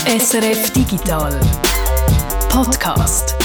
SRF Digital Podcast.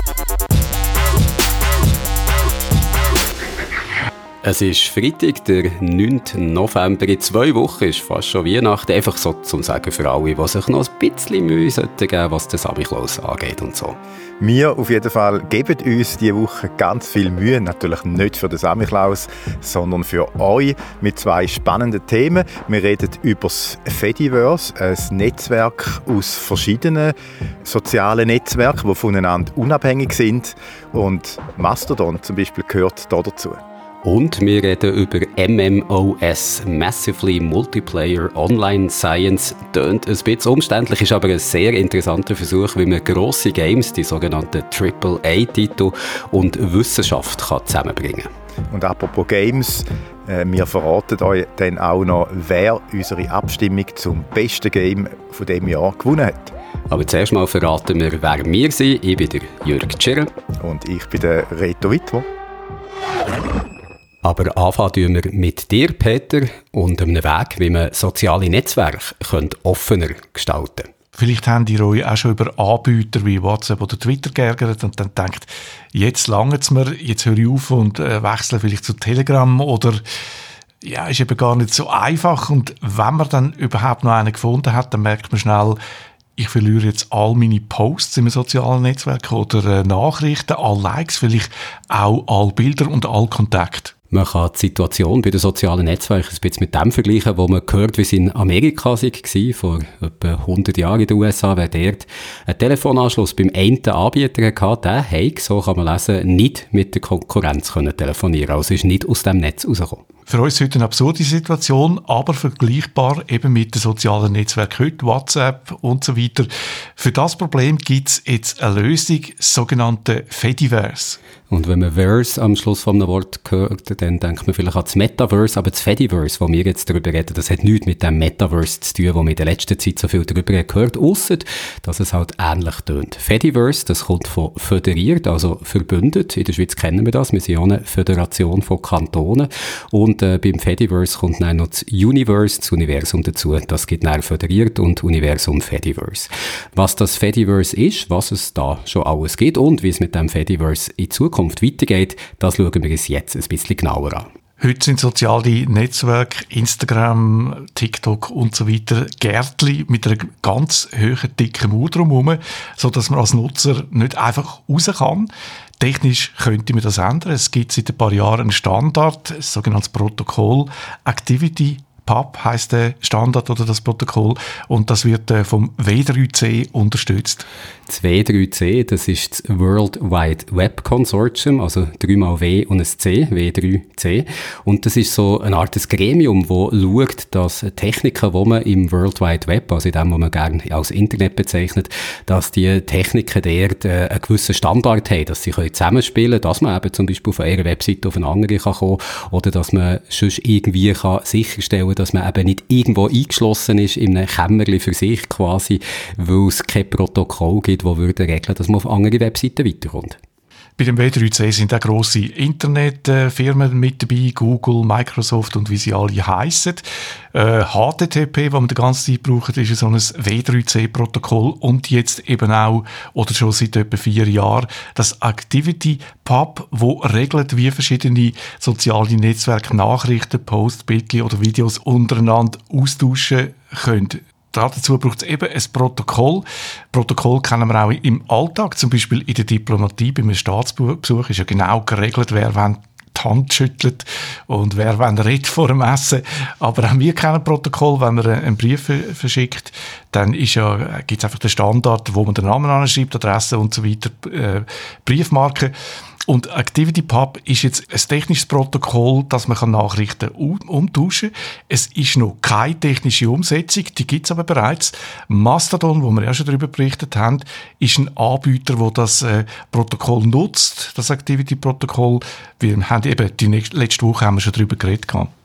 Es ist Freitag, der 9. November. In 2 Wochen ist fast schon Weihnachten. Einfach so zum Sagen für alle, die sich noch ein bisschen Mühe geben sollten, was den Samichlaus angeht und so. Wir auf jeden Fall geben uns diese Woche ganz viel Mühe. Natürlich nicht für den Samichlaus, sondern für euch mit 2 spannenden Themen. Wir reden über das Fediverse, ein Netzwerk aus verschiedenen sozialen Netzwerken, die voneinander unabhängig sind. Und Mastodon zum Beispiel gehört da dazu. Und wir reden über MMOS, Massively Multiplayer Online Science. Tönt ein bisschen umständlich, ist aber ein sehr interessanter Versuch, wie man grosse Games, die sogenannten AAA-Titel und Wissenschaft zusammenbringen kann. Und apropos Games, wir verraten euch dann auch noch, wer unsere Abstimmung zum besten Game von diesem Jahr gewonnen hat. Aber zuerst mal verraten wir, wer wir sind. Ich bin der Jürg Tschirren. Und ich bin der Reto Wittmer. Aber anfangen tun wir mit dir, Peter, und einem Weg, wie man soziale Netzwerke offener gestalten kann. Vielleicht habt ihr euch auch schon über Anbieter wie WhatsApp oder Twitter geärgert und dann denkt, jetzt langt es mir, jetzt höre ich auf und wechsle vielleicht zu Telegram oder ja, ist eben gar nicht so einfach. Und wenn man dann überhaupt noch einen gefunden hat, dann merkt man schnell, ich verliere jetzt all meine Posts im sozialen Netzwerk oder Nachrichten, all Likes, vielleicht auch all Bilder und all Kontakte. Man kann die Situation bei den sozialen Netzwerken ein bisschen mit dem vergleichen, wo man gehört, wie es in Amerika war, vor etwa 100 Jahren in den USA, wer dort einen Telefonanschluss beim einen Anbieter hatte, der hat, so kann man lesen, nicht mit der Konkurrenz telefonieren, also ist nicht aus dem Netz rausgekommen. Für uns heute eine absurde Situation, aber vergleichbar eben mit den sozialen Netzwerken heute, WhatsApp und so weiter. Für das Problem gibt es jetzt eine Lösung, das sogenannte Fediverse. Und wenn man Verse am Schluss von einem Wort hört, dann denkt man vielleicht an das Metaverse, aber das Fediverse, wo wir jetzt darüber reden, das hat nichts mit dem Metaverse zu tun, wo wir in der letzten Zeit so viel darüber gehört, ausser dass es halt ähnlich tönt. Fediverse, das kommt von föderiert, also verbündet. In der Schweiz kennen wir das, wir sind ja eine Föderation von Kantonen. Und beim Fediverse kommt dann noch das Universe, das Universum dazu. Das gibt dann föderiert und Universum Fediverse. Was das Fediverse ist, was es da schon alles gibt und wie es mit dem Fediverse in Zukunft weitergeht, das schauen wir uns jetzt ein bisschen genauer an. Heute sind soziale Netzwerke, Instagram, TikTok und so weiter Gärtchen mit einer ganz hohen, dicken Mauer drumherum, sodass man als Nutzer nicht einfach raus kann. Technisch könnte man das ändern. Es gibt seit ein paar Jahren einen Standard, ein sogenanntes Protokoll, Activity PUB heisst der Standard oder das Protokoll und das wird vom W3C unterstützt. Das W3C, das ist das World Wide Web Consortium, also 3x W und ein C, W3C. Und das ist so eine Art Gremium, das schaut, dass Techniken, die man im World Wide Web, also in dem, was man gerne als Internet bezeichnet, dass die Techniken dort einen gewissen Standard haben, dass sie zusammenspielen können, dass man eben zum Beispiel von einer Webseite auf eine andere kommen kann oder dass man sonst irgendwie sicherstellen kann, dass man eben nicht irgendwo eingeschlossen ist in einem Kämmerchen für sich quasi, weil es kein Protokoll gibt, das würde regeln, dass man auf andere Webseiten weiterkommt. Bei dem W3C sind auch grosse Internetfirmen mit dabei, Google, Microsoft und wie sie alle heissen. HTTP, was man die ganze Zeit braucht, ist so ein W3C-Protokoll und jetzt eben auch, oder schon seit etwa 4 Jahren, das Activity PUB, wo regelt, wie verschiedene soziale Netzwerke Nachrichten, Posts, Bildchen oder Videos untereinander austauschen können. Dazu braucht es eben ein Protokoll. Protokoll kennen wir auch im Alltag, zum Beispiel in der Diplomatie, bei einem Staatsbesuch ist ja genau geregelt, wer wann die Hand schüttelt und wer wann redet vor dem Essen. Aber auch wir kennen Protokoll, wenn man einen Brief verschickt, dann gibt es einfach den Standard, wo man den Namen anschreibt, Adresse und so weiter, Briefmarken. Und ActivityPub ist jetzt ein technisches Protokoll, dass man Nachrichten umtauschen kann. Es ist noch keine technische Umsetzung, die gibt es aber bereits. Mastodon, wo wir ja schon darüber berichtet haben, ist ein Anbieter, der das Protokoll nutzt, das ActivityProtokoll. Wir haben eben letzte Woche haben wir schon darüber geredet.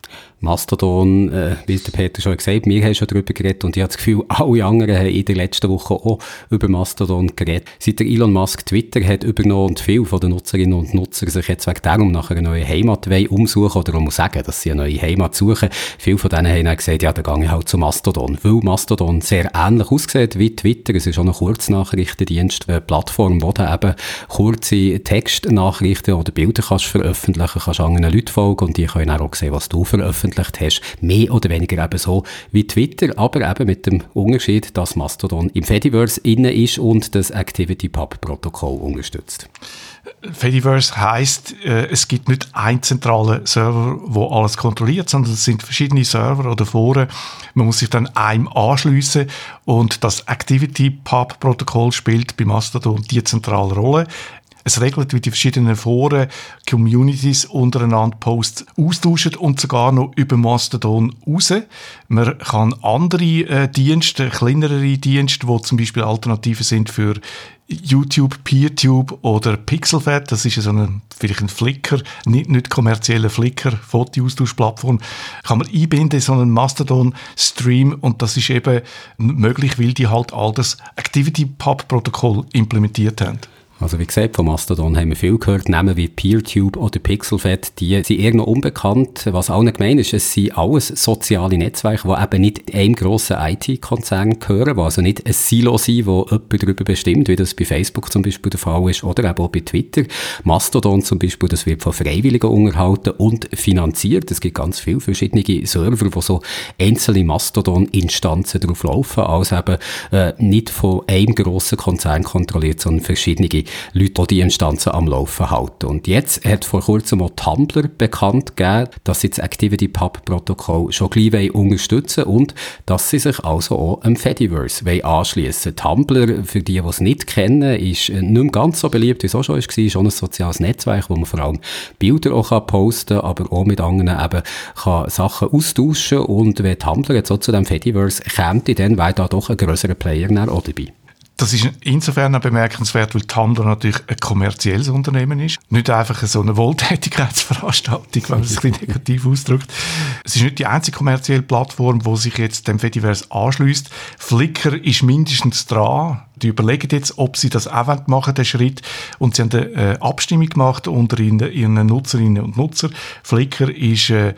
Mastodon, wie der Peter schon gesagt hat, wir haben schon darüber geredet und ich habe das Gefühl, alle anderen haben in der letzten Woche auch über Mastodon geredet. Seit der Elon Musk Twitter hat übernommen und viele von den Nutzerinnen und Nutzern sich jetzt wegen darum nach einer neuen Heimat umsuchen oder man muss sagen, dass sie eine neue Heimat suchen. Viele von denen haben dann gesagt, ja, dann gehe ich halt zu Mastodon, weil Mastodon sehr ähnlich aussieht wie Twitter. Es ist auch ein Kurznachrichtendienst, eine Plattform, wo du eben kurze Textnachrichten oder Bilder kannst veröffentlichen, kannst anderen Leuten folgen und die können dann auch sehen, was du veröffentlicht hast. Mehr oder weniger eben so wie Twitter, aber eben mit dem Unterschied, dass Mastodon im Fediverse inne ist und das ActivityPub-Protokoll unterstützt. Fediverse heisst, es gibt nicht einen zentralen Server, der alles kontrolliert, sondern es sind verschiedene Server oder Foren. Man muss sich dann einem anschliessen und das ActivityPub-Protokoll spielt bei Mastodon die zentrale Rolle. Es regelt, wie die verschiedenen Foren, Communities untereinander Posts austauschen und sogar noch über Mastodon raus. Man kann andere Dienste, kleinere Dienste, die zum Beispiel Alternativen sind für YouTube, PeerTube oder Pixelfed, das ist vielleicht ein Flickr, nicht kommerzieller Flickr, Fotoaustauschplattform, kann man einbinden in so einen Mastodon-Stream und das ist eben möglich, weil die halt all das ActivityPub-Protokoll implementiert haben. Also wie gesagt, von Mastodon haben wir viel gehört, Namen wie PeerTube oder Pixelfed, die sind eher noch unbekannt. Was allen gemein ist, es sind alles soziale Netzwerke, die eben nicht einem grossen IT-Konzern gehören, die also nicht ein Silo sind, wo jemand darüber bestimmt, wie das bei Facebook zum Beispiel der Fall ist oder eben auch bei Twitter. Mastodon zum Beispiel, das wird von Freiwilligen unterhalten und finanziert. Es gibt ganz viele verschiedene Server, wo so einzelne Mastodon-Instanzen drauf laufen, also eben nicht von einem grossen Konzern kontrolliert, sondern verschiedene Leute, die die Instanzen am Laufen halten. Und jetzt hat vor kurzem auch Tumblr bekannt gegeben, dass sie das ActivityPub-Protokoll schon gleich unterstützen wollen und dass sie sich also auch am Fediverse anschliessen wollen. Tumblr, für die es nicht kennen, ist nicht mehr ganz so beliebt, wie es auch schon war. Schon ein soziales Netzwerk, wo man vor allem Bilder auch posten kann, aber auch mit anderen eben kann Sachen austauschen. Und wenn Tumblr jetzt auch zu dem Fediverse käme, dann wäre da doch ein grösserer Player auch dabei. Das ist insofern auch bemerkenswert, weil Tumblr natürlich ein kommerzielles Unternehmen ist. Nicht einfach so eine Wohltätigkeitsveranstaltung, wenn man es ein bisschen negativ ausdrückt. Es ist nicht die einzige kommerzielle Plattform, die sich jetzt dem Fediverse anschliesst. Flickr ist mindestens dran. Die überlegen jetzt, ob sie das auch machen wollen, den Schritt. Und sie haben eine Abstimmung gemacht unter ihren Nutzerinnen und Nutzern. Flickr ist eine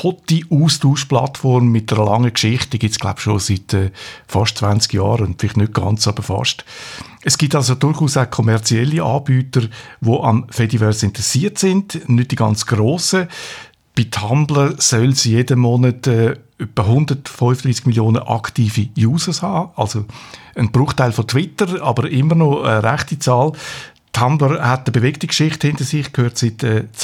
Foto-Austauschplattform mit einer langen Geschichte. Die gibt es, glaube ich, schon seit fast 20 Jahren. Und vielleicht nicht ganz, aber fast. Es gibt also durchaus auch kommerzielle Anbieter, die am Fediverse interessiert sind. Nicht die ganz grossen. Bei Tumblr soll es jeden Monat etwa 135 Millionen aktive Users haben. Also ein Bruchteil von Twitter, aber immer noch eine rechte Zahl. Tumblr hat eine bewegte Geschichte hinter sich, gehört seit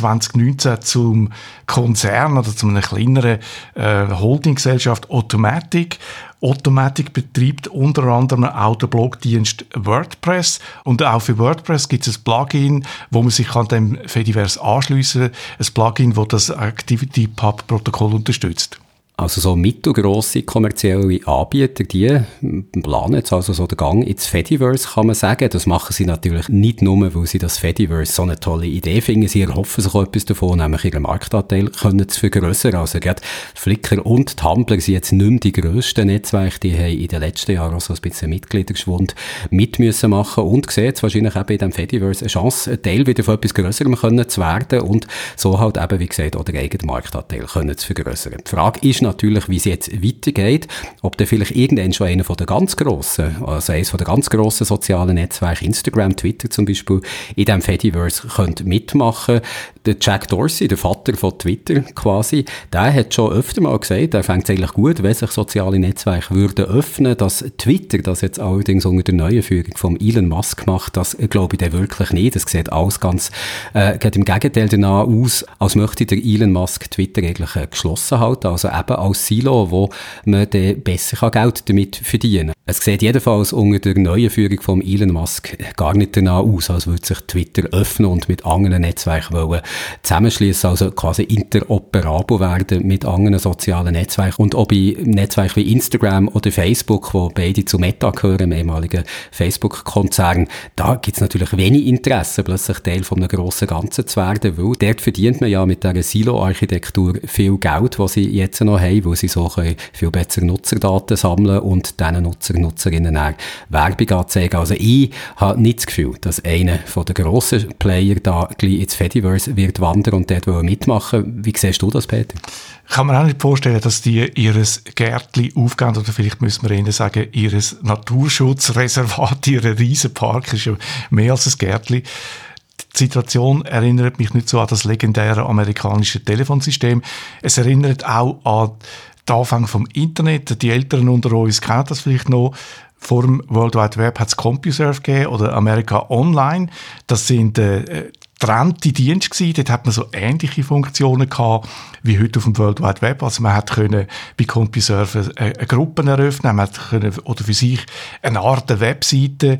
2019 zum Konzern oder zu einer kleineren Holdinggesellschaft Automattic. Automattic betreibt unter anderem auch den Blogdienst WordPress und auch für WordPress gibt es ein Plugin, wo man sich an dem Fediverse anschliessen kann. Ein Plugin, das das ActivityPub-Protokoll unterstützt. Also so mittelgrosse kommerzielle Anbieter, die planen jetzt also so den Gang ins Fediverse, kann man sagen. Das machen sie natürlich nicht nur, weil sie das Fediverse so eine tolle Idee finden. Sie erhoffen sich auch etwas davon, nämlich ihren Marktanteil können zu vergrössern. Also gerade Flickr und Tumblr sind jetzt nicht mehr die grössten Netzwerke. Die haben in den letzten Jahren auch so ein bisschen Mitgliederschwund mit müssen machen und sehen jetzt wahrscheinlich eben in diesem Fediverse eine Chance, ein Teil wieder von etwas Grösserem können zu werden und so halt eben, wie gesagt, auch den eigenen Marktanteil können zu vergrössern. Die Frage ist natürlich, wie es jetzt weitergeht, ob dann vielleicht irgendwann schon einer von der ganz grossen, also eines von der ganz grossen sozialen Netzwerke, Instagram, Twitter zum Beispiel, in diesem Fediverse könnte mitmachen. Der Jack Dorsey, der Vater von Twitter quasi, der hat schon öfter mal gesagt, er fängt es eigentlich gut, wenn sich soziale Netzwerke würden öffnen, dass Twitter das jetzt allerdings unter der neuen Führung von Elon Musk macht, das glaube ich dann wirklich nicht. Das sieht alles ganz, geht im Gegenteil danach aus, als möchte der Elon Musk Twitter eigentlich geschlossen halten, also eben als Silo, wo man dann besser Geld damit verdienen kann. Es sieht jedenfalls unter der neuen Führung von Elon Musk gar nicht danach aus, als würde sich Twitter öffnen und mit anderen Netzwerken zusammenschließen, also quasi interoperabel werden mit anderen sozialen Netzwerken. Und auch bei Netzwerken wie Instagram oder Facebook, wo beide zu Meta gehören, dem ehemaligen Facebook-Konzern, da gibt es natürlich wenig Interesse, plötzlich Teil von einem grossen Ganzen zu werden, weil dort verdient man ja mit dieser Silo-Architektur viel Geld, was sie jetzt noch haben, weil sie so können viel besser Nutzerdaten sammeln und diesen Nutzerinnen auch Werbung anzeigen. Also ich habe nicht das Gefühl, dass einer von den grossen Player da gleich ins Fediverse wird wandern und dort mitmachen. Wie siehst du das, Peter? Ich kann mir auch nicht vorstellen, dass die ihres Gärtli aufgeben, oder vielleicht müssen wir ihnen sagen, ihres Naturschutzreservat, ihren Riesenpark, ist ja mehr als ein Gärtli. Die Situation erinnert mich nicht so an das legendäre amerikanische Telefonsystem. Es erinnert auch an den Anfang vom Internet. Die Älteren unter uns kennen das vielleicht noch. Vor dem World Wide Web hat es CompuServe gegeben oder America Online. Das sind getrennte Dienste gewesen. Dort hat man so ähnliche Funktionen gehabt wie heute auf dem World Wide Web. Also man hat können bei CompuServe Gruppen eröffnen, man hat können oder für sich eine Art Webseite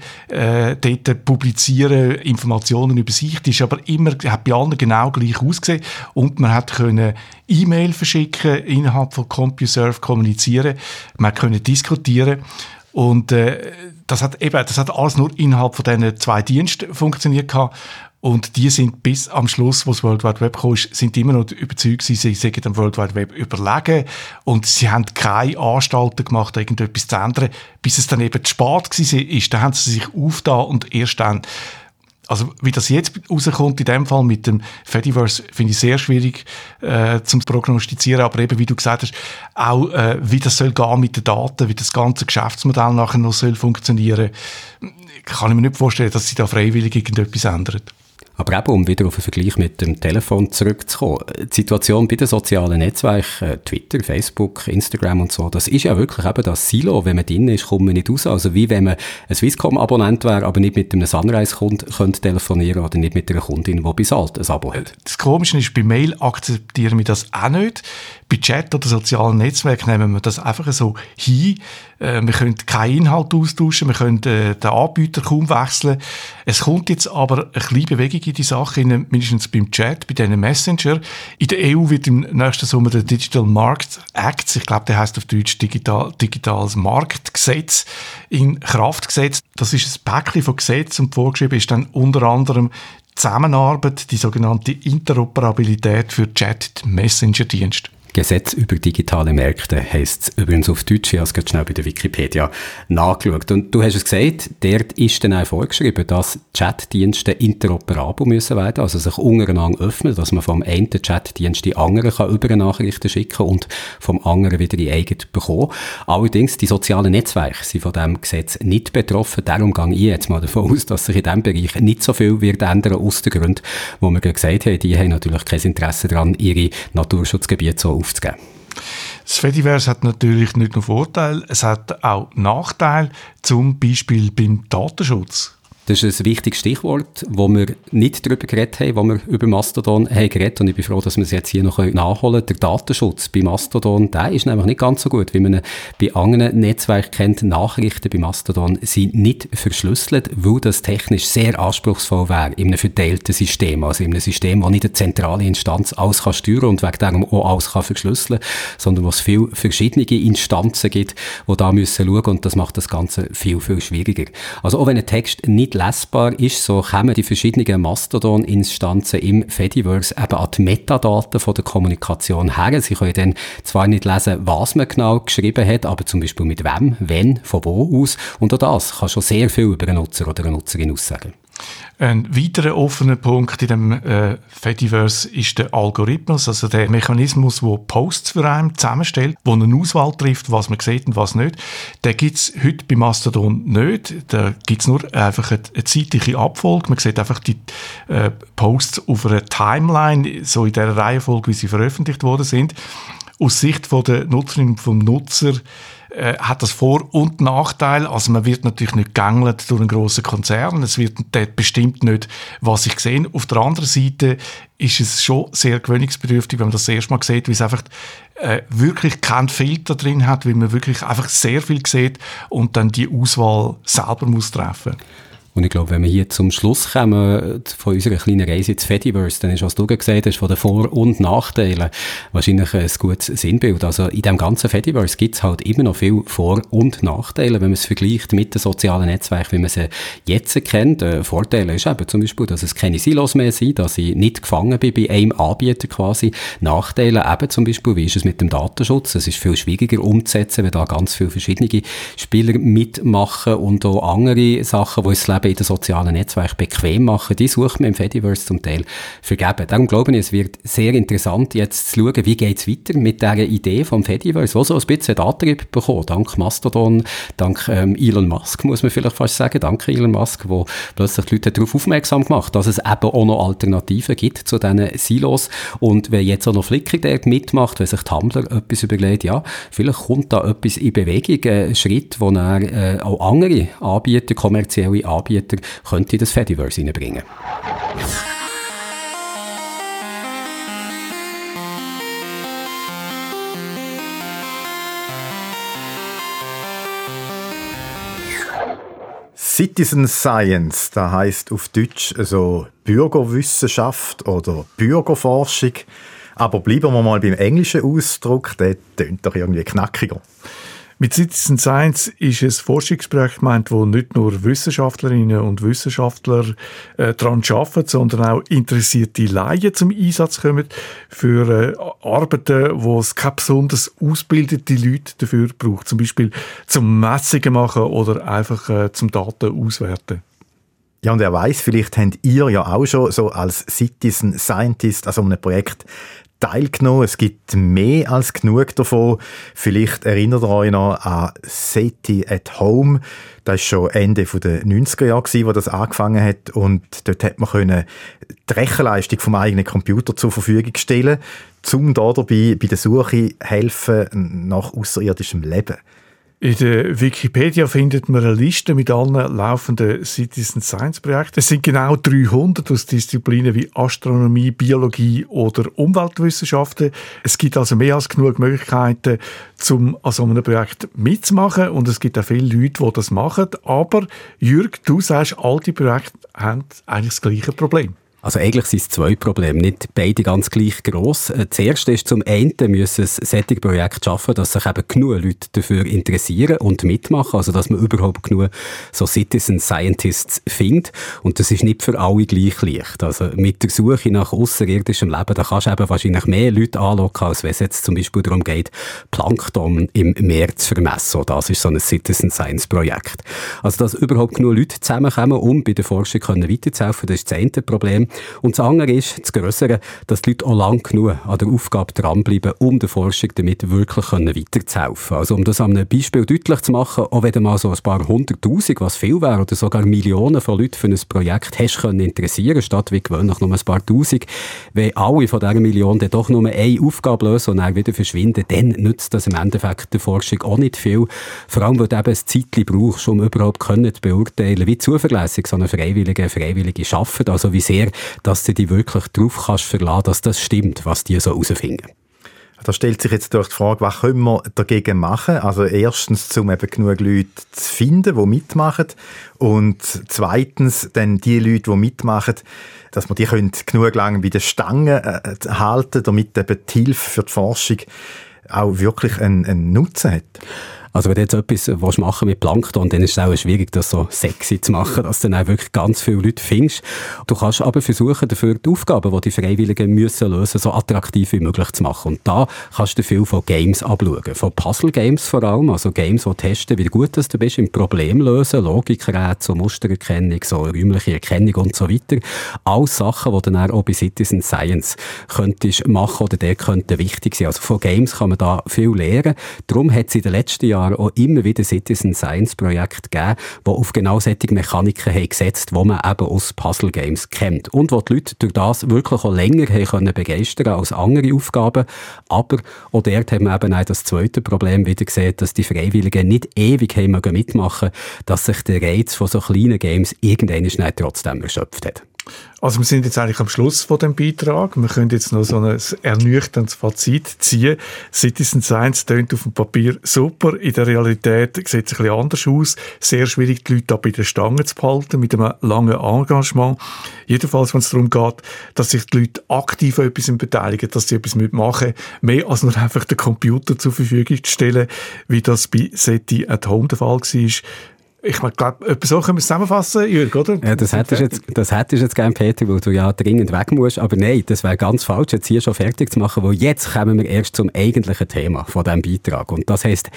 dort publizieren, Informationen über sich. Die ist aber immer, hat bei allen genau gleich ausgesehen. Und man hat können E-Mail verschicken, innerhalb von CompuServe kommunizieren, man konnte diskutieren. Und das hat alles nur innerhalb von diesen 2 Diensten funktioniert gehabt. Und die sind bis am Schluss, wo das World Wide Web kam, sind immer noch überzeugt, sie seien dem World Wide Web überlegen. Und sie haben keine Anstalten gemacht, irgendetwas zu ändern, bis es dann eben zu spät war. Dann haben sie sich aufgetan und erst dann. Also, wie das jetzt rauskommt, in dem Fall mit dem Fediverse, finde ich sehr schwierig zum prognostizieren. Aber eben, wie du gesagt hast, auch wie das soll gehen mit den Daten, wie das ganze Geschäftsmodell nachher noch soll funktionieren, kann ich mir nicht vorstellen, dass sie da freiwillig irgendetwas ändern. Aber eben, um wieder auf den Vergleich mit dem Telefon zurückzukommen, die Situation bei den sozialen Netzwerken, Twitter, Facebook, Instagram und so, das ist ja wirklich eben das Silo. Wenn man drin ist, kommt man nicht raus. Also wie wenn man ein Swisscom-Abonnent wäre, aber nicht mit einem Sunrise-Kunden könnte telefonieren oder nicht mit einer Kundin, die bei Salt ein Abo hat. Das Komische ist, bei Mail akzeptieren wir das auch nicht. Bei Chat oder sozialen Netzwerken nehmen wir das einfach so hin. Wir können keinen Inhalt austauschen, wir können den Anbieter kaum wechseln. Es kommt jetzt aber eine kleine Bewegung in die Sache, mindestens beim Chat, bei diesen Messenger. In der EU wird im nächsten Sommer der Digital Market Act, ich glaube, der heisst auf Deutsch Digitales Marktgesetz, in Kraft gesetzt. Das ist ein Päckchen von Gesetzen und vorgeschrieben ist dann unter anderem Zusammenarbeit, die sogenannte Interoperabilität für Chat-Messenger-Dienste. Gesetz über digitale Märkte heisst es übrigens auf Deutsch. Ich habe es gerade schnell bei der Wikipedia nachgeschaut. Und du hast es gesagt, dort ist dann auch vorgeschrieben, dass Chatdienste interoperabel müssen werden, also sich untereinander öffnen, dass man vom einen Chatdienst die anderen kann über Nachrichten schicken und vom anderen wieder in eigen bekommen. Allerdings, die sozialen Netzwerke sind von diesem Gesetz nicht betroffen. Darum gehe ich jetzt mal davon aus, dass sich in diesem Bereich nicht so viel wird ändern, aus den Gründen, wo wir gerade gesagt haben, die haben natürlich kein Interesse daran, ihre Naturschutzgebiete so aufzugeben. Das Fediverse hat natürlich nicht nur Vorteile, es hat auch Nachteile, zum Beispiel beim Datenschutz. Das ist ein wichtiges Stichwort, wo wir nicht darüber geredet haben, wo wir über Mastodon haben geredet. Und ich bin froh, dass wir es jetzt hier noch nachholen können. Der Datenschutz bei Mastodon, der ist nämlich nicht ganz so gut, wie man ihn bei anderen Netzwerken kennt. Nachrichten bei Mastodon sind nicht verschlüsselt, weil das technisch sehr anspruchsvoll wäre in einem verteilten System. Also in einem System, wo nicht eine zentrale Instanz alles kann steuern und wegen dem auch alles kann verschlüsseln, sondern wo es viele verschiedene Instanzen gibt, die da müssen schauen, und das macht das Ganze viel, viel schwieriger. Also auch wenn ein Text nicht lesbar ist, so kommen die verschiedenen Mastodon-Instanzen im Fediverse eben an die Metadaten von der Kommunikation her. Sie können dann zwar nicht lesen, was man genau geschrieben hat, aber zum Beispiel mit wem, wenn, von wo aus. Und auch das kann schon sehr viel über einen Nutzer oder eine Nutzerin aussagen. Ein weiterer offener Punkt in dem Fediverse ist der Algorithmus, also der Mechanismus, der Posts für einen zusammenstellt, wo eine Auswahl trifft, was man sieht und was nicht. Den gibt es heute bei Mastodon nicht. Da gibt es nur einfach eine zeitliche Abfolge. Man sieht einfach die Posts auf einer Timeline, so in der Reihenfolge, wie sie veröffentlicht worden sind. Aus Sicht von der Nutzerin und vom Nutzer hat das Vor- und Nachteil. Also man wird natürlich nicht gegängelt durch einen grossen Konzern. Es wird bestimmt nicht, was ich sehe. Auf der anderen Seite ist es schon sehr gewöhnungsbedürftig, wenn man das erste Mal sieht, wie es einfach wirklich keinen Filter drin hat, weil man wirklich einfach sehr viel sieht und dann die Auswahl selber muss treffen. Und ich glaube, wenn wir hier zum Schluss kommen von unserer kleinen Reise ins Fediverse, dann ist, was du gesagt hast, von den Vor- und Nachteilen wahrscheinlich ein gutes Sinnbild. Also in dem ganzen Fediverse gibt es halt immer noch viel Vor- und Nachteile, wenn man es vergleicht mit den sozialen Netzwerken, wie man sie jetzt kennt. Vorteile ist eben zum Beispiel, dass es keine Silos mehr sind, dass ich nicht gefangen bin bei einem Anbieter quasi. Nachteile eben zum Beispiel, wie ist es mit dem Datenschutz? Es ist viel schwieriger umzusetzen, wenn da ganz viele verschiedene Spieler mitmachen und auch andere Sachen, die es in den sozialen Netzwerken bequem machen, die sucht man im Fediverse zum Teil vergeben. Darum glaube ich, es wird sehr interessant, jetzt zu schauen, wie geht es weiter mit dieser Idee vom Fediverse, wo so ein bisschen Antrieb bekommen, dank Mastodon, dank Elon Musk, muss man vielleicht fast sagen, dank Elon Musk, wo plötzlich die Leute darauf aufmerksam gemacht, dass es eben auch noch Alternativen gibt zu diesen Silos. Und wenn jetzt auch noch Flickr dort mitmacht, wenn sich Tumblr etwas überlegt, ja, vielleicht kommt da etwas in Bewegung, ein Schritt, wo dann auch andere Anbieter, kommerzielle Anbieter, könnte das Fediverse reinbringen. Citizen Science, das heisst auf Deutsch so Bürgerwissenschaft oder Bürgerforschung. Aber bleiben wir mal beim englischen Ausdruck, der tönt doch irgendwie knackiger. Mit Citizen Science ist ein Forschungsprojekt gemeint, wo nicht nur Wissenschaftlerinnen und Wissenschaftler daran arbeiten, sondern auch interessierte Laien zum Einsatz kommen für Arbeiten, wo es keine besonders ausgebildete Leute dafür braucht. Zum Beispiel zum Messungen machen oder einfach zum Daten auswerten. Ja, und wer weiss, vielleicht habt ihr ja auch schon so als Citizen Scientist an so einem Projekt teilgenommen. Es gibt mehr als genug davon. Vielleicht erinnert ihr euch noch an SETI at Home. Das war schon Ende der 90er Jahre, wo das angefangen hat. Und dort hat man die Rechenleistung vom eigenen Computer zur Verfügung stellen, um da dabei bei der Suche helfen nach außerirdischem Leben. In der Wikipedia findet man eine Liste mit allen laufenden Citizen Science Projekten. Es sind genau 300 aus Disziplinen wie Astronomie, Biologie oder Umweltwissenschaften. Es gibt also mehr als genug Möglichkeiten, um an so einem Projekt mitzumachen. Und es gibt auch viele Leute, die das machen. Aber Jürg, du sagst, all die Projekte haben eigentlich das gleiche Problem. Also eigentlich sind es zwei Probleme, nicht beide ganz gleich gross. Das erste ist, zum einen müssen es solche Projekte schaffen, dass sich eben genug Leute dafür interessieren und mitmachen, also dass man überhaupt genug so Citizen Scientists findet. Und das ist nicht für alle gleich leicht. Also mit der Suche nach außerirdischem Leben, da kannst du eben wahrscheinlich mehr Leute anlocken, als wenn es jetzt zum Beispiel darum geht, Plankton im Meer zu vermessen. Das ist so ein Citizen Science Projekt. Also dass überhaupt genug Leute zusammenkommen, um bei der Forschung weiterzuhelfen, das ist das eine Problem. Und das andere ist, das Grössere, dass die Leute auch lang genug an der Aufgabe dranbleiben, um der Forschung damit wirklich weiterzuhelfen. Also um das an einem Beispiel deutlich zu machen, auch wenn du mal so ein paar 100'000, was viel wäre, oder sogar Millionen von Leuten für ein Projekt hast können interessieren, statt wie gewöhnlich nur ein paar Tausend, wenn alle von dieser Million dann doch nur eine Aufgabe lösen und dann wieder verschwinden, dann nützt das im Endeffekt der Forschung auch nicht viel. Vor allem, weil du eben ein Zeitchen brauchst, um überhaupt zu beurteilen, wie zuverlässig so eine Freiwillige arbeitet, also wie sehr dass du dich wirklich darauf kannst verlassen, dass das stimmt, was die so herausfinden. Da stellt sich jetzt durch die Frage, was können wir dagegen machen? Also erstens, um eben genug Leute zu finden, die mitmachen. Und zweitens, dann die Leute, die mitmachen, dass wir die können genug lang bei den Stangen halten, damit eben die Hilfe für die Forschung auch wirklich einen Nutzen hat. Also wenn du jetzt etwas machen mit Plankton, dann ist es auch schwierig, das so sexy zu machen, dass du dann auch wirklich ganz viele Leute findest. Du kannst aber versuchen, dafür die Aufgaben, die die Freiwilligen müssen lösen, so attraktiv wie möglich zu machen. Und da kannst du viel von Games abschauen. Von Puzzle-Games vor allem, also Games, die testen, wie gut du bist im Problemlösen, Logikrätsel, so Mustererkennung, so räumliche Erkennung und so weiter. Alles Sachen, die du dann auch bei Citizen Science könntest machen oder der könnte wichtig sein. Also von Games kann man da viel lernen. Darum hat es in den letzten Jahren Jahren auch immer wieder Citizen Science Projekte gegeben, die auf genau solche Mechaniken haben gesetzt, die man eben aus Puzzle Games kennt. Und wo die Leute durch das wirklich auch länger haben können begeistern als andere Aufgaben. Aber auch dort haben wir eben auch das zweite Problem wieder gesehen, dass die Freiwilligen nicht ewig haben mitmachen, dass sich der Reiz von so kleinen Games irgendwann schnell trotzdem erschöpft hat. Also wir sind jetzt eigentlich am Schluss von dem Beitrag. Wir können jetzt noch so ein ernüchterndes Fazit ziehen. Citizen Science tönt auf dem Papier super. In der Realität sieht es ein bisschen anders aus. Sehr schwierig, die Leute bei der Stange zu behalten, mit einem langen Engagement. Jedenfalls, wenn es darum geht, dass sich die Leute aktiv an etwas beteiligen, dass sie etwas mitmachen, mehr als nur einfach den Computer zur Verfügung zu stellen, wie das bei SETI at Home der Fall war. Ich glaube, etwas so können wir es zusammenfassen, Jürg, oder? Ja, das hättest du jetzt gerne, Peter, weil du ja dringend weg musst. Aber nein, das wäre ganz falsch, jetzt hier schon fertig zu machen, weil jetzt kommen wir erst zum eigentlichen Thema von diesem Beitrag. Und das heisst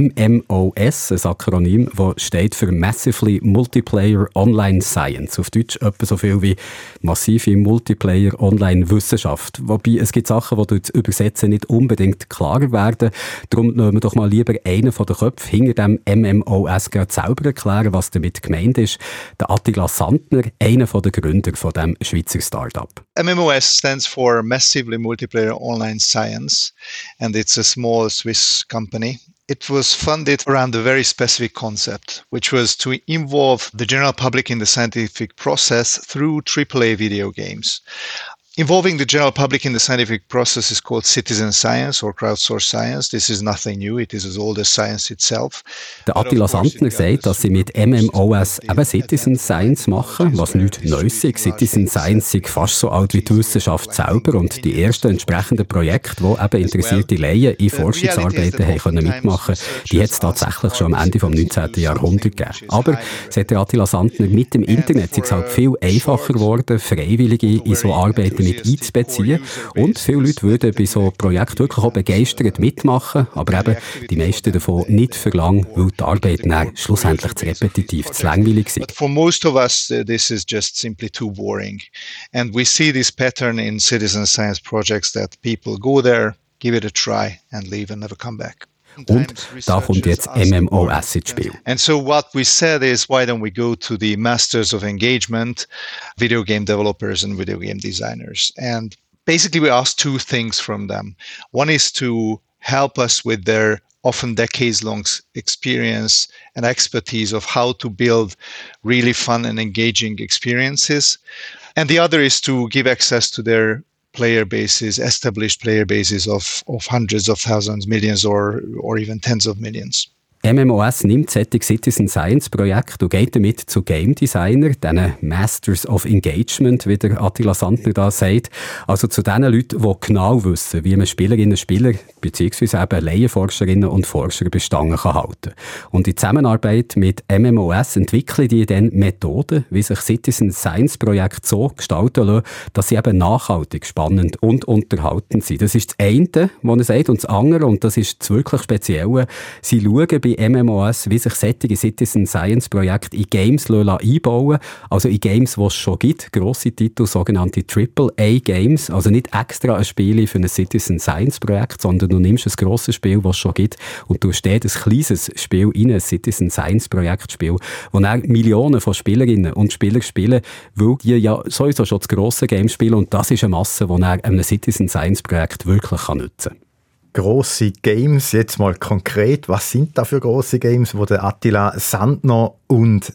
MMOS, ein Akronym, das steht für Massively Multiplayer Online Science. Auf Deutsch etwa so viel wie massive Multiplayer Online Wissenschaft. Wobei, es gibt Sachen, die durch das Übersetzen nicht unbedingt klarer werden. Darum nehmen wir doch mal lieber einen von den Köpfen hinter dem MMOS gerade selber erklären, was damit gemeint ist. Der Attila Sandner, einer der Gründer von dem Schweizer Start-up. MMOS stands for Massively Multiplayer Online Science, and it's a small Swiss company. It was funded around a very specific concept, which was to involve the general public in the scientific process through AAA video games. Involving the general public in the scientific process is called citizen science or crowdsourced science. This is nothing new. It is as old as science itself. Der Attila Sandner sagt, dass sie mit MMOS eben Citizen Science machen, was nichts Neues ist. Citizen Science ist fast so alt wie die Wissenschaft selber und die ersten entsprechenden Projekte, die eben interessierte Laien in Forschungsarbeiten haben können mitmachen, die hat es tatsächlich schon am Ende des 19. Jahrhunderts gegeben. Aber, sagt der Attila Sandner, mit dem Internet ist es halt viel einfacher geworden, Freiwillige in so Arbeiten mit einzubeziehen. Und viele Leute würden bei so Projekten wirklich auch begeistert mitmachen, aber eben die meisten davon nicht für lang, weil die Arbeit dann schlussendlich zu repetitiv, zu langweilig ist. But for most of us, this is just simply too boring. And we see this pattern in citizen science projects that people go there, give it a try and leave and never come back. Und da kommt jetzt MMOS ins Spiel. And so what we said is, why don't we go to the masters of engagement, video game developers and video game designers? And basically we asked two things from them. One is to help us with their often decades-long experience and expertise of how to build really fun and engaging experiences. And the other is to give access to their player bases, established player bases of hundreds of thousands, millions or even tens of millions. MMOS nimmt solche Citizen Science Projekte und geht damit zu Game Designer, diesen Masters of Engagement, wie der Attila Sandner da sagt. Also zu den Leuten, die genau wissen, wie man Spielerinnen und Spieler bzw. eben Laienforscherinnen und Forscher bei Stangen kann halten. Und in Zusammenarbeit mit MMOS entwickeln die dann Methoden, wie sich Citizen Science Projekte so gestalten lassen, dass sie eben nachhaltig, spannend und unterhaltend sind. Das ist das eine, was er sagt, und das andere, und das ist das wirklich Spezielle, sie schauen bei MMOS, wie sich solche Citizen Science Projekte in Games einbauen, also in Games, die es schon gibt, grosse Titel, sogenannte AAA Games, also nicht extra ein Spiel für ein Citizen Science Projekt, sondern du nimmst ein grosses Spiel, das es schon gibt, und du stellst ein kleines Spiel in ein Citizen Science Projekt Spiel, wo dann Millionen von Spielerinnen und Spielern spielen, weil die ja sowieso schon das grosse Game spielen, und das ist eine Masse, die dann einem Citizen Science Projekt wirklich nutzen kann. Grosse Games, jetzt mal konkret, was sind da für grosse Games, wo der Attila Sandner und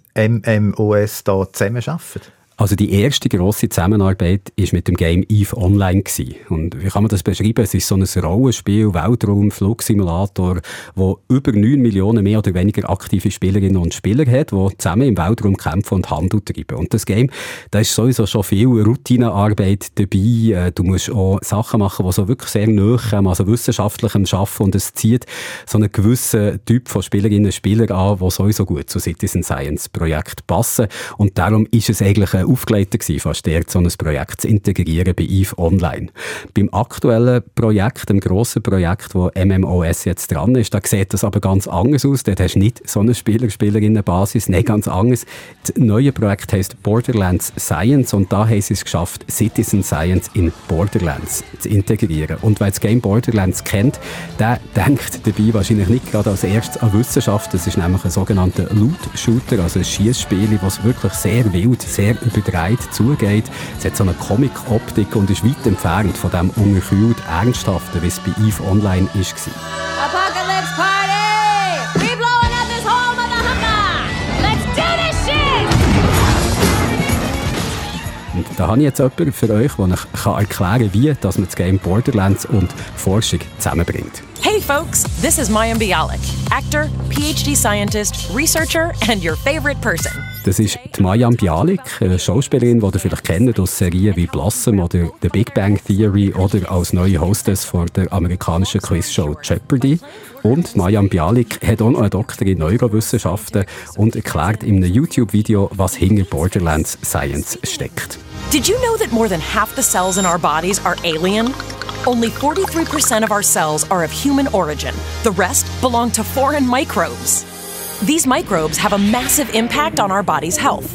MMOS da zusammen arbeiten? Also die erste grosse Zusammenarbeit war mit dem Game EVE Online gewesen. Und wie kann man das beschreiben? Es ist so ein Rollenspiel, Weltraum, Flugsimulator, wo über 9 Millionen mehr oder weniger aktive Spielerinnen und Spieler hat, die zusammen im Weltraum kämpfen und Handel treiben. Und das Game, da ist sowieso schon viel Routinearbeit dabei. Du musst auch Sachen machen, die so wirklich sehr nahe kommen, also wissenschaftlichem Arbeiten. Und es zieht so einen gewissen Typ von Spielerinnen und Spielern an, die sowieso gut zu Citizen Science Projekten passen. Und darum ist es eigentlich eine aufgeleitet gewesen, fast dort so ein Projekt zu integrieren bei EVE Online. Beim aktuellen Projekt, dem grossen Projekt, wo MMOS jetzt dran ist, da sieht das aber ganz anders aus. Dort hast du nicht so eine Spielerinnenbasis, nicht ganz anders. Das neue Projekt heisst Borderlands Science und da haben sie es geschafft, Citizen Science in Borderlands zu integrieren. Und wer das Game Borderlands kennt, der denkt dabei wahrscheinlich nicht gerade als erstes an Wissenschaft. Das ist nämlich ein sogenannter Loot-Shooter, also ein Schiessspiel, das wirklich sehr wild, sehr überdreht zugeht. Es hat so eine Comic-Optik und ist weit entfernt von dem unterkühlt Ernsthaften, wie es bei EVE Online war. Apocalypse Party! We blowing up this whole motherfucker! Let's do this shit! Und da habe ich jetzt jemanden für euch, der euch erklären kann, wie dass man das Game Borderlands und Forschung zusammenbringt. Hey folks, this is Mayim Bialik, actor, PhD scientist, researcher and your favorite person. Das ist die Mayim Bialik, eine Schauspielerin, die ihr vielleicht kennt aus Serien wie Blossom oder The Big Bang Theory oder als neue Hostess vor der amerikanischen Quizshow Jeopardy. Und Mayim Bialik hat auch noch einen Doktor in Neurowissenschaften und erklärt in einem YouTube-Video, was hinter Borderlands Science steckt. Did you know that more than half the cells in our bodies are alien? Only 43% of our cells are of human origin. The rest belong to foreign microbes. These microbes have a massive impact on our body's health.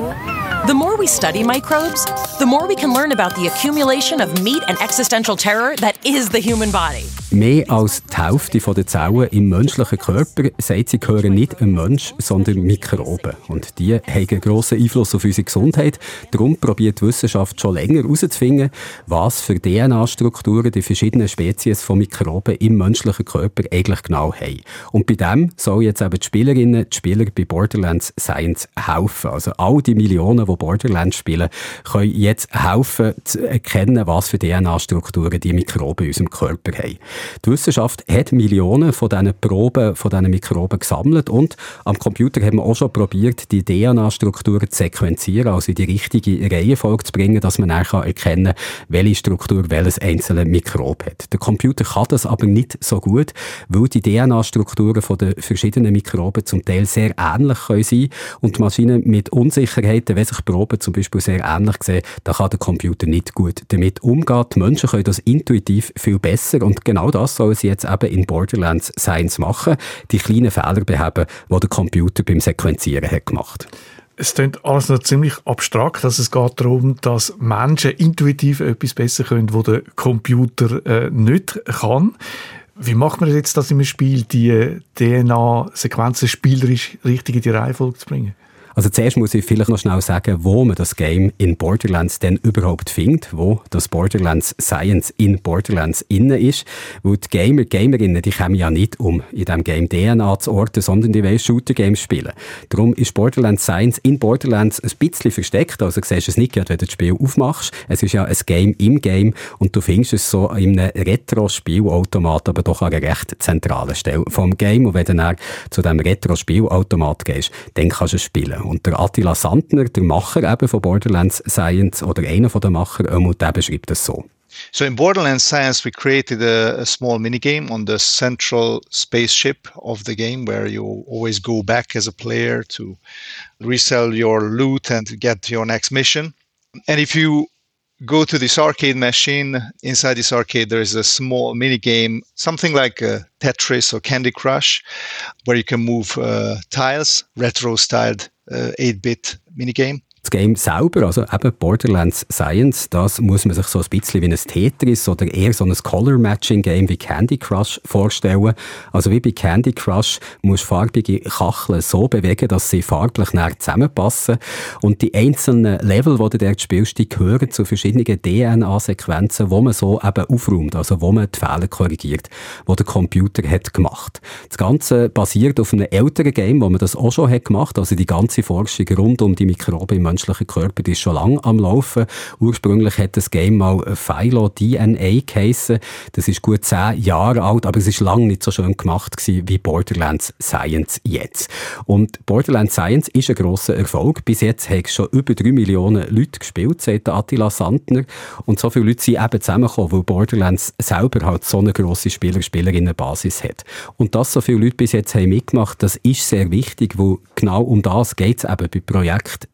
The more we study microbes, the more we can learn about the accumulation of meat and existential terror that is the human body. Mehr als die Hälfte der Zellen im menschlichen Körper, sagt sie, gehören nicht einem Mensch, sondern Mikroben. Und die haben einen grossen Einfluss auf unsere Gesundheit. Darum probiert die Wissenschaft schon länger herauszufinden, was für DNA-Strukturen die verschiedenen Spezies von Mikroben im menschlichen Körper eigentlich genau haben. Und bei dem sollen jetzt eben die Spielerinnen, die Spieler bei Borderlands Science helfen. Also all die Millionen, die Borderlands spielen, können jetzt helfen zu erkennen, was für DNA-Strukturen die Mikroben in unserem Körper haben. Die Wissenschaft hat Millionen von diesen Proben, von diesen Mikroben gesammelt und am Computer haben wir auch schon probiert, die DNA-Strukturen zu sequenzieren, also in die richtige Reihenfolge zu bringen, dass man dann erkennen kann, welche Struktur welches einzelne Mikrob hat. Der Computer kann das aber nicht so gut, weil die DNA-Strukturen von den verschiedenen Mikroben zum Teil sehr ähnlich sein können und die Maschinen mit Unsicherheiten, wenn sich Proben zum Beispiel sehr ähnlich sehen, da kann der Computer nicht gut damit umgehen. Die Menschen können das intuitiv viel besser und genau das sollen sie jetzt eben in Borderlands Science machen, die kleinen Fehler beheben, die der Computer beim Sequenzieren hat gemacht. Es klingt alles noch ziemlich abstrakt, dass es geht darum, dass Menschen intuitiv etwas besser können, was der Computer nicht kann. Wie macht man jetzt das im Spiel, die DNA-Sequenzen spielerisch richtig in die Reihenfolge zu bringen? Also zuerst muss ich vielleicht noch schnell sagen, wo man das Game in Borderlands denn überhaupt findet, wo das Borderlands Science in Borderlands innen ist. Weil die Gamerinnen, die kommen ja nicht, um in diesem Game DNA zu orten, sondern die wollen Shooter-Games spielen. Darum ist Borderlands Science in Borderlands ein bisschen versteckt, also du siehst es nicht gerade, wenn du das Spiel aufmachst. Es ist ja ein Game im Game und du findest es so in einem Retro-Spielautomat, aber doch an einer recht zentralen Stelle vom Game. Und wenn du dann zu diesem Retro-Spielautomat gehst, dann kannst du es spielen. Und der Attila Sandner, der Macher eben von Borderlands Science, oder einer von den Macher, der beschreibt es so. So in Borderlands Science, we created a small minigame on the central spaceship of the game where you always go back as a player to resell your loot and to get your next mission. And if you go to this arcade machine, inside this arcade there is a small minigame, something like Tetris or Candy Crush, where you can move tiles, retro-styled 8-bit minigame. Das Game selber, also eben Borderlands Science, das muss man sich so ein bisschen wie ein Tetris oder eher so ein Color-Matching-Game wie Candy Crush vorstellen. Also wie bei Candy Crush musst du farbige Kacheln so bewegen, dass sie farblich näher zusammenpassen. Und die einzelnen Level, die du dort spielst, die gehören zu verschiedenen DNA-Sequenzen, wo man so eben aufräumt, also wo man die Fehler korrigiert, die der Computer hat gemacht. Das Ganze basiert auf einem älteren Game, wo man das auch schon hat gemacht, also die ganze Forschung rund um die Mikroben im menschlichen Körper, die ist schon lange am Laufen. Ursprünglich hat das Game mal Philo-DNA geheissen. Das ist gut 10 Jahre alt, aber es ist lange nicht so schön gemacht gewesen wie Borderlands Science jetzt. Und Borderlands Science ist ein grosser Erfolg. Bis jetzt haben schon über 3 Millionen Leute gespielt, sagt Attila Sandner. Und so viele Leute sind eben zusammengekommen, weil Borderlands selber halt so eine grosse Spielerinnenbasis hat. Und dass so viele Leute bis jetzt haben mitgemacht, das ist sehr wichtig, weil genau um das geht es eben bei Projekten von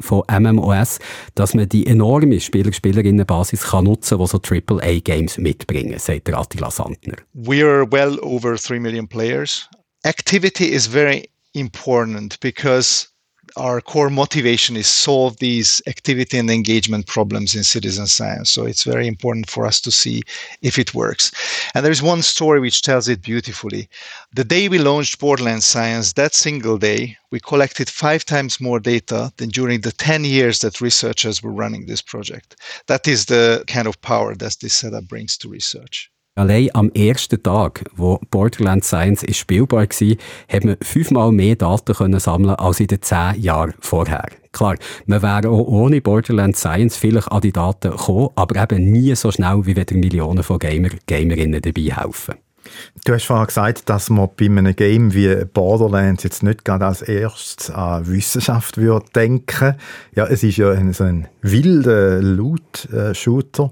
MMOS, dass man die enorme Spieler-Spielerinnenbasis kann nutzen, die so AAA-Games mitbringen, sagt der Attila Sandner. We are well over 3 million players. Activity is very important because our core motivation is solve these activity and engagement problems in citizen science. So it's very important for us to see if it works. And there's one story which tells it beautifully. The day we launched Borderlands Science, that single day, we collected 5 times more data than during the 10 years that researchers were running this project. That is the kind of power that this setup brings to research. Allein am ersten Tag, wo Borderlands Science ist spielbar war, hat man 5-mal mehr Daten können sammeln als in den 10 Jahren vorher. Klar, man wäre auch ohne Borderlands Science vielleicht an die Daten gekommen, aber eben nie so schnell, wie wenn Millionen von Gamerinnen dabei helfen. Du hast vorhin gesagt, dass man bei einem Game wie Borderlands jetzt nicht gerade als erstes an Wissenschaft würde denken. Ja, es ist ja ein wilder Loot-Shooter.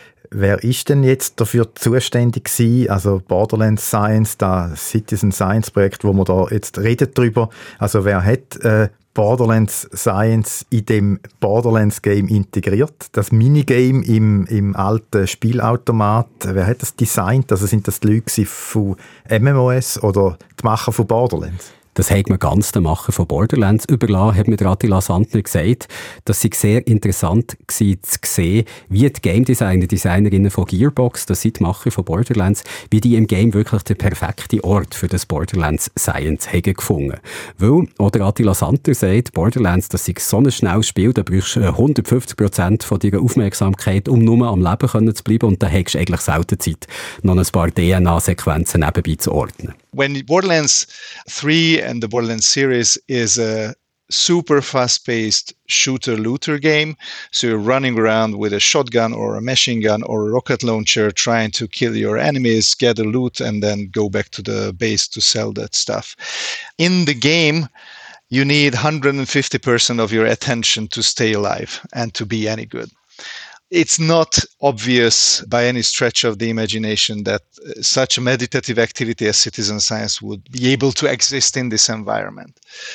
Wer ist denn jetzt dafür zuständig gewesen? Also Borderlands Science, das Citizen Science Projekt, wo wir da jetzt redet drüber. Also wer hat Borderlands Science in dem Borderlands Game integriert? Das Minigame im alten Spielautomat. Wer hat das designt? Also sind das die Leute von MMOS oder die Macher von Borderlands? Das hat man ganz den Macher von Borderlands überlassen, hat mir der Attila Sandner gesagt. Das sei sehr interessant gewesen, zu sehen, wie die Game Designer, Designerinnen von Gearbox, das sind die Macher von Borderlands, wie die im Game wirklich den perfekten Ort für das Borderlands Science haben gefunden. Weil, oder Attila Sandner sagt, Borderlands, das sei so ein schnelles Spiel, da brauchst du 150% von deiner Aufmerksamkeit, um nur am Leben zu bleiben, und da hast du eigentlich selten Zeit, noch ein paar DNA-Sequenzen nebenbei zu ordnen. When Borderlands 3 and the Borderlands series is a super fast-paced shooter-looter game, so you're running around with a shotgun or a machine gun or a rocket launcher trying to kill your enemies, gather loot, and then go back to the base to sell that stuff. In the game, you need 150% of your attention to stay alive and to be any good. It's not obvious by any stretch of the imagination that such a meditative activity as citizen science would be able to exist in this environment.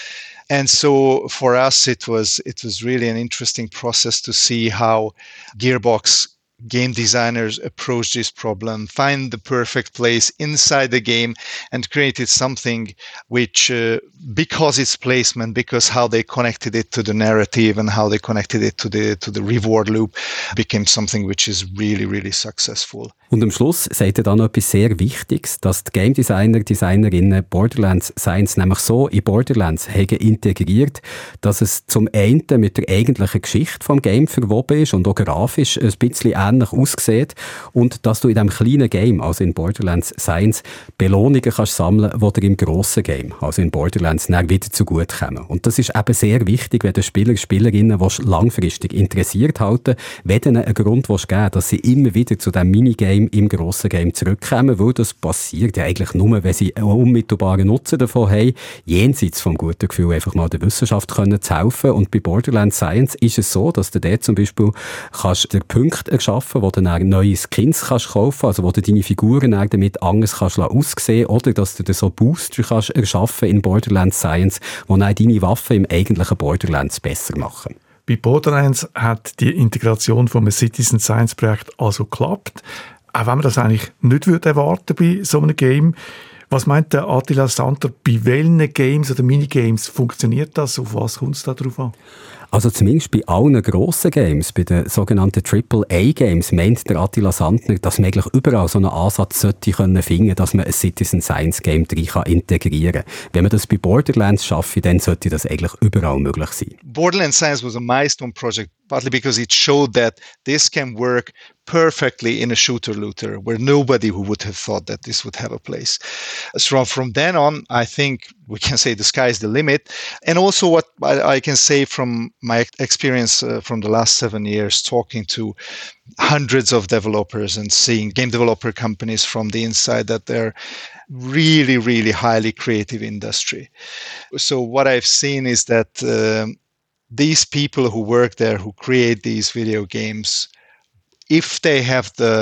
And so for us, it was really an interesting process to see how Gearbox game designers approach this problem, find the perfect place inside the game, and created something which, because its placement, because how they connected it to the narrative and how they connected it to the reward loop, became something which is really, really successful. Und am Schluss sagt er dann noch etwas sehr Wichtiges, dass die Game Designer, Designerinnen Borderlands Science nämlich so in Borderlands haben integriert, dass es zum einen mit der eigentlichen Geschichte vom Game verwoben ist und auch grafisch ein bisschen ähnlich aussieht, und dass du in diesem kleinen Game, also in Borderlands Science, Belohnungen kannst sammeln, die dir im grossen Game, also in Borderlands, dann wieder zugutekommen. Und das ist eben sehr wichtig, wenn du Spieler, Spielerinnen langfristig interessiert halten, wenn du ihnen einen Grund geben willst, dass sie immer wieder zu diesem Minigame im grossen Game zurückkommen, weil das passiert ja eigentlich nur, wenn sie einen unmittelbaren Nutzen davon haben, jenseits vom guten Gefühl, einfach mal der Wissenschaft zu helfen. Und bei Borderlands Science ist es so, dass du dort zum Beispiel kannst den Punkt erschaffen, wo du dann neue Skins kannst kaufen, also wo du deine Figuren dann damit anders kannst aussehen, oder dass du so Booster kannst erschaffen in Borderlands Science, die dann deine Waffen im eigentlichen Borderlands besser machen. Bei Borderlands hat die Integration vom Citizen Science Projekt also geklappt. Auch wenn man das eigentlich nicht erwarten bei so einem Game. Was meint der Attila Sandner, bei welchen Games oder Minigames funktioniert das? Auf was kommt es da drauf an? Also zumindest bei allen grossen Games, bei den sogenannten AAA-Games, meint der Attila Sandner, dass man eigentlich überall so einen Ansatz sollte finden, dass man ein Citizen Science Game drin integrieren kann. Wenn man das bei Borderlands schafft, dann sollte das eigentlich überall möglich sein. Borderlands Science was a milestone project, partly because it showed that this can work perfectly in a shooter-looter, where nobody who would have thought that this would have a place. So from then on, I think we can say the sky's the limit. And also what I can say from my experience from the last 7 years, talking to hundreds of developers and seeing game developer companies from the inside, that they're really, really highly creative industry. So what I've seen is that these people who work there, who create these video games, if they have the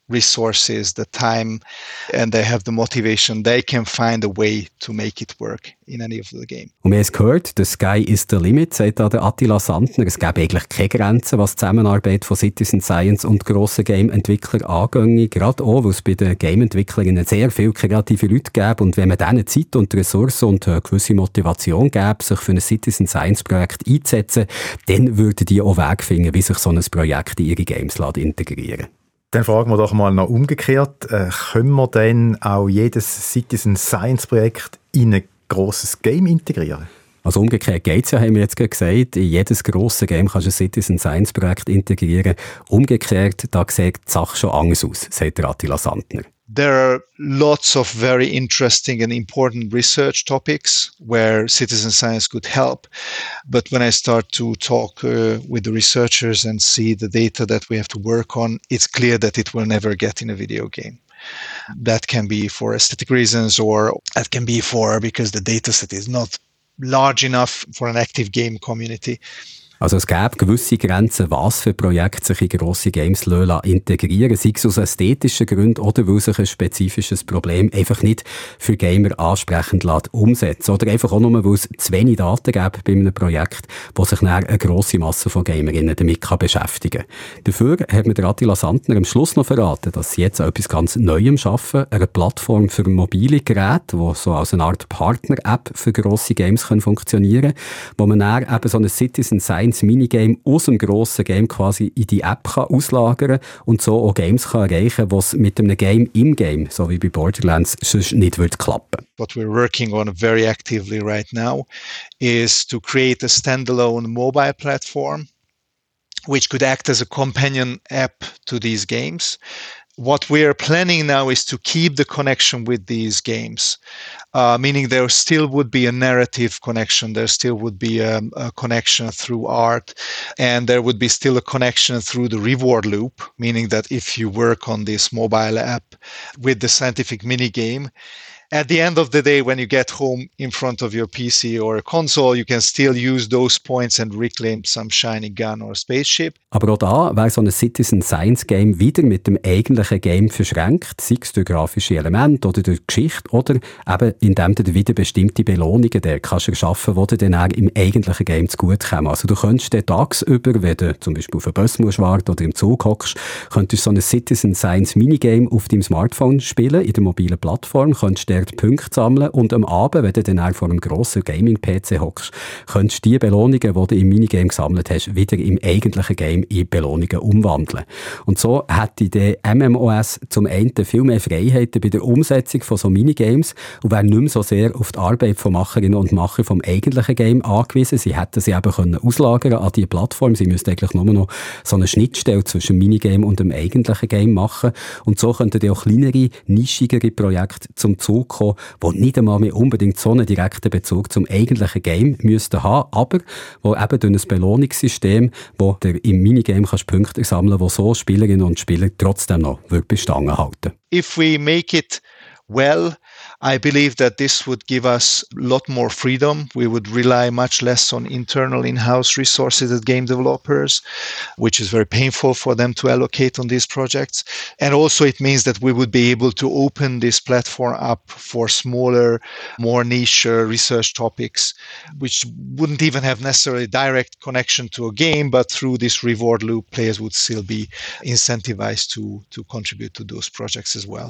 resources, the time, and they have the motivation, they can find a way to make it work in any of the game. Und wir haben es gehört, the sky is the limit, sagt da der Attila Sandner. Es gäbe eigentlich keine Grenzen, was die Zusammenarbeit von Citizen Science und grossen Game-Entwicklern angeht. Gerade auch, weil es bei den Game-Entwicklern sehr viele kreative Leute gäbe. Und wenn man denen Zeit und Ressourcen und eine gewisse Motivation gäbe, sich für ein Citizen Science-Projekt einzusetzen, dann würden die auch Wege finden, wie sich so ein Projekt in ihre Games integrieren. Dann fragen wir doch mal noch umgekehrt, können wir denn auch jedes Citizen Science Projekt in ein grosses Game integrieren? Also umgekehrt geht's ja, haben wir jetzt gesagt. In jedes grosse Game kannst du ein Citizen Science Projekt integrieren. Umgekehrt, da sieht die Sache schon anders aus, sagt Attila Sandner. There are lots of very interesting and important research topics where citizen science could help. But when I start to talk with the researchers and see the data that we have to work on, it's clear that it will never get in a video game. That can be for aesthetic reasons, or that can be because the data set is not large enough for an active game community. Also es gäbe gewisse Grenzen, was für Projekte sich in grosse Games integrieren lassen, sei es aus ästhetischen Gründen oder weil sich ein spezifisches Problem einfach nicht für Gamer ansprechend umsetzen oder einfach auch nur, weil es zu wenig Daten gäbe bei einem Projekt, wo sich dann eine grosse Masse von Gamerinnen damit beschäftigen kann. Dafür hat mir der Attila Sandner am Schluss noch verraten, dass sie jetzt etwas ganz Neuem schaffen, eine Plattform für mobile Geräte, die so als eine Art Partner-App für grosse Games funktionieren können, wo man dann eben so eine Citizen Science Minigame aus dem grossen Game quasi in die App kann auslagern und so auch Games kann erreichen, was mit einem Game im Game, so wie bei Borderlands, sonst nicht wird klappen. What we're working on very actively right now is to create a standalone mobile platform which could act as a companion app to these games. What we are planning now is to keep the connection with these games, meaning there still would be a narrative connection, there still would be a connection through art, and there would be still a connection through the reward loop, meaning that if you work on this mobile app with the scientific minigame, at the end of the day, when you get home in front of your PC or a console, you can still use those points and reclaim some shiny gun or spaceship. Aber auch da wäre so ein Citizen Science Game wieder mit dem eigentlichen Game verschränkt, sei es durch grafische Elemente oder durch Geschichte oder eben indem du wieder bestimmte Belohnungen der kannst erschaffen, die dir dann auch im eigentlichen Game zugutekommen. Also du könntest den tagsüber, wenn du zum Beispiel auf den Bus musst warten oder im Zug hockst, könntest so ein Citizen Science Minigame auf deinem Smartphone spielen, in der mobilen Plattform, könntest dort Punkte sammeln und am Abend, wenn du dann auch vor einem grossen Gaming-PC hockst, könntest du die Belohnungen, die du im Minigame gesammelt hast, wieder im eigentlichen Game in Belohnungen umwandeln. Und so hätte der MMOS zum einen viel mehr Freiheiten bei der Umsetzung von so Minigames und wäre nicht mehr so sehr auf die Arbeit von Macherinnen und Machern vom eigentlichen Game angewiesen. Sie hätten sie eben können auslagern an diese Plattform. Sie müssten eigentlich nur noch so eine Schnittstelle zwischen dem Minigame und dem eigentlichen Game machen. Und so könnten die auch kleinere, nischigere Projekte zum Zug kommen, die nicht einmal mehr unbedingt so einen direkten Bezug zum eigentlichen Game müssten haben, aber wo eben durch ein Belohnungssystem, wo der im Minigame kannst Punkte sammeln, wo so Spielerinnen und Spieler trotzdem noch bestanden halten. If we make it well, I believe that this would give us a lot more freedom. We would rely much less on internal in-house resources as game developers, which is very painful for them to allocate on these projects. And also it means that we would be able to open this platform up for smaller, more niche research topics, which wouldn't even have necessarily direct connection to a game, but through this reward loop, players would still be incentivized to contribute to those projects as well.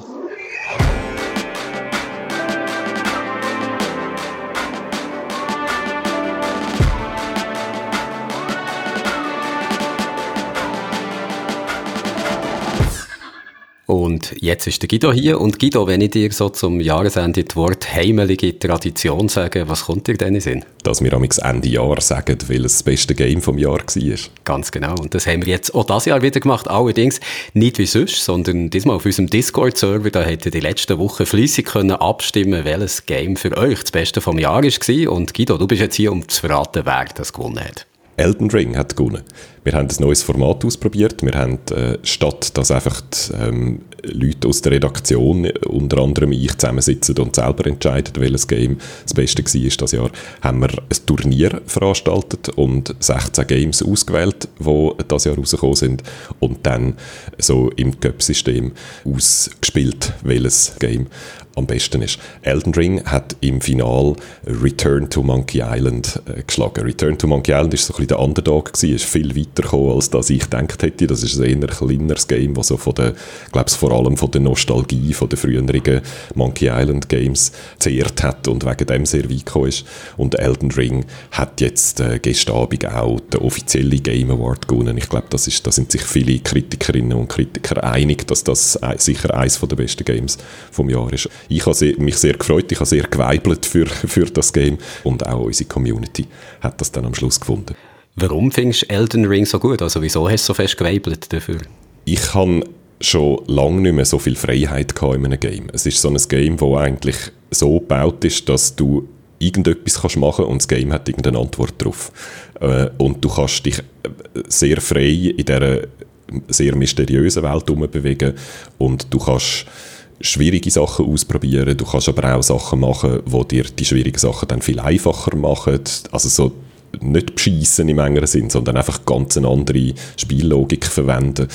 Und jetzt ist der Guido hier. Und Guido, wenn ich dir so zum Jahresende das Wort heimelige Tradition sage, was kommt dir denn in den Sinn? Dass wir am Ende Jahr sagen, weil es das beste Game vom Jahr war. Ganz genau. Und das haben wir jetzt auch dieses Jahr wieder gemacht. Allerdings nicht wie sonst, sondern diesmal auf unserem Discord-Server. Da hätten die letzten Wochen fleissig abstimmen, welches Game für euch das Beste vom Jahr war. Und Guido, du bist jetzt hier, um zu verraten, wer das gewonnen hat. Elden Ring hat gewonnen. Wir haben ein neues Format ausprobiert. Wir haben, statt dass einfach die Leute aus der Redaktion, unter anderem ich, zusammensitzen und selber entscheiden, welches Game das Beste war dieses Jahr, haben wir ein Turnier veranstaltet und 16 Games ausgewählt, die dieses Jahr rausgekommen sind und dann so im Cup-System ausgespielt, welches Game am besten ist. Elden Ring hat im Final Return to Monkey Island geschlagen. Return to Monkey Island war so ein bisschen der Underdog gewesen, ist viel weiter gekommen, als das ich gedacht hätte. Das ist ein eher kleineres Game, das so vor allem von der Nostalgie von den früheren Monkey Island Games zehrt hat und wegen dem sehr weit gekommen ist. Und Elden Ring hat jetzt gestern Abend auch den offiziellen Game Award gewonnen. Ich glaube, da sind sich viele Kritikerinnen und Kritiker einig, dass das sicher eines der besten Games vom Jahr ist. Ich habe mich sehr gefreut, ich habe sehr geweibelt für das Game und auch unsere Community hat das dann am Schluss gefunden. Warum findest du Elden Ring so gut? Also wieso hast du so fest geweibelt dafür? Ich habe schon lange nicht mehr so viel Freiheit gehabt in einem Game. Es ist so ein Game, das eigentlich so gebaut ist, dass du irgendetwas kannst machen und das Game hat irgendeine Antwort drauf. Und du kannst dich sehr frei in dieser sehr mysteriösen Welt herumbewegen und du kannst schwierige Sachen ausprobieren, du kannst aber auch Sachen machen, die dir die schwierigen Sachen dann viel einfacher machen. Also so nicht beschissen im engeren Sinn, sondern einfach ganz eine andere Spiellogik verwenden.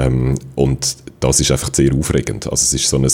Und das ist einfach sehr aufregend. Also es ist so ein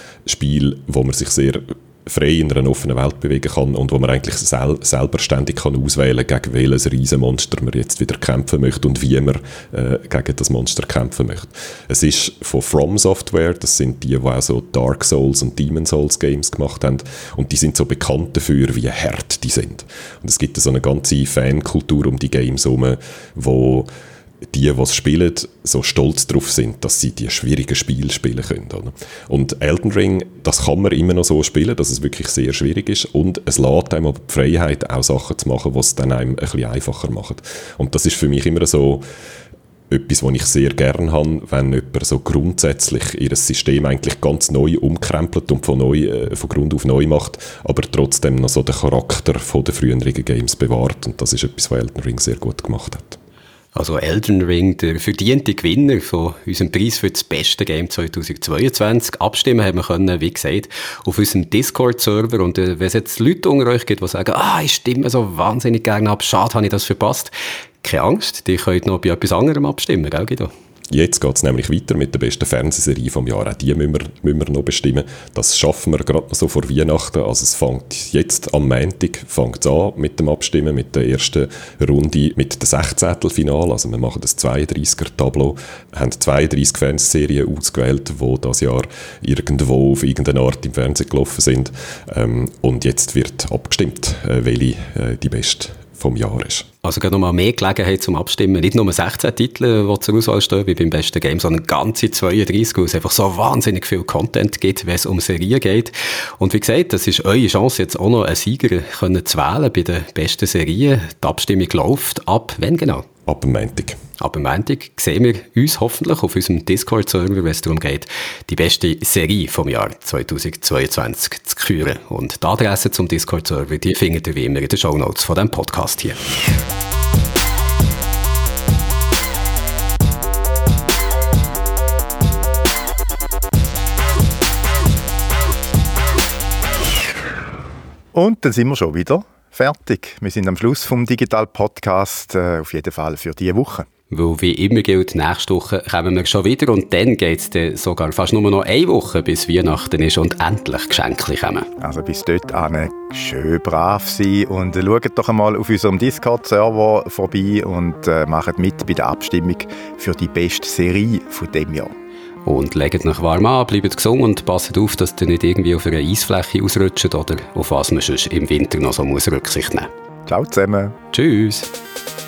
Spiel, wo man sich sehr frei in einer offenen Welt bewegen kann und wo man eigentlich selber ständig kann auswählen kann, gegen welches Riesenmonster man jetzt wieder kämpfen möchte und wie man gegen das Monster kämpfen möchte. Es ist von From Software, das sind die auch so Dark Souls und Demon Souls Games gemacht haben und die sind so bekannt dafür, wie hart die sind. Und es gibt so eine ganze Fankultur um die Games herum, wo die es spielen, so stolz darauf sind, dass sie die schwierigen Spiele spielen können. Oder? Und Elden Ring, das kann man immer noch so spielen, dass es wirklich sehr schwierig ist und es lässt einem aber die Freiheit, auch Sachen zu machen, die es dann einem ein bisschen einfacher machen. Und das ist für mich immer so etwas, was ich sehr gerne habe, wenn jemand so grundsätzlich ihr System eigentlich ganz neu umkrempelt und von Grund auf neu macht, aber trotzdem noch so den Charakter von den früheren Games bewahrt. Und das ist etwas, was Elden Ring sehr gut gemacht hat. Also Elden Ring, der verdiente Gewinner von unserem Preis für das beste Game 2022. Abstimmen haben wir können, wie gesagt, auf unserem Discord-Server. Und wenn es jetzt Leute unter euch gibt, die sagen, ich stimme so wahnsinnig gerne ab, schade, habe ich das verpasst. Keine Angst, die könnt noch bei etwas anderem abstimmen, gell Guido? Jetzt geht es nämlich weiter mit der besten Fernsehserie vom Jahr. Auch die müssen wir noch bestimmen. Das schaffen wir gerade noch so vor Weihnachten. Also es fängt jetzt am Montag an mit dem Abstimmen, mit der ersten Runde, mit dem 16. Also wir machen das 32er-Tableau. Wir haben 32 Fernsehserien ausgewählt, die dieses Jahr irgendwo auf irgendeine Art im Fernsehen gelaufen sind. Und jetzt wird abgestimmt, welche die beste vom Jahr ist. Also gerade nochmal mehr Gelegenheit zum Abstimmen. Nicht nur 16 Titel, die zur Auswahl stehen, wie beim besten Game, sondern ganze 32, weil es einfach so wahnsinnig viel Content gibt, wenn es um Serien geht. Und wie gesagt, das ist eure Chance, jetzt auch noch einen Sieger zu wählen bei den besten Serien. Die Abstimmung läuft ab wann genau? Ab dem Montag. Ab dem Montag sehen wir uns hoffentlich auf unserem Discord-Server, wenn es darum geht, die beste Serie vom Jahr 2022 zu küren. Und die Adresse zum Discord-Server, die findet ihr wie immer in den Shownotes von diesem Podcast hier. Und dann sind wir schon wieder fertig. Wir sind am Schluss vom Digital-Podcast, auf jeden Fall für diese Woche. Weil wie immer gilt, nächste Woche kommen wir schon wieder und dann geht es dann sogar fast nur noch eine Woche, bis Weihnachten ist und endlich Geschenke kommen. Also bis dort schön brav sein und schaut doch einmal auf unserem Discord-Server vorbei und macht mit bei der Abstimmung für die beste Serie von diesem Jahr. Und legt euch warm an, bleibt gesund und passt auf, dass ihr nicht irgendwie auf einer Eisfläche ausrutscht oder auf was man sonst im Winter noch so Rücksicht nehmen muss. Ciao zusammen. Tschüss.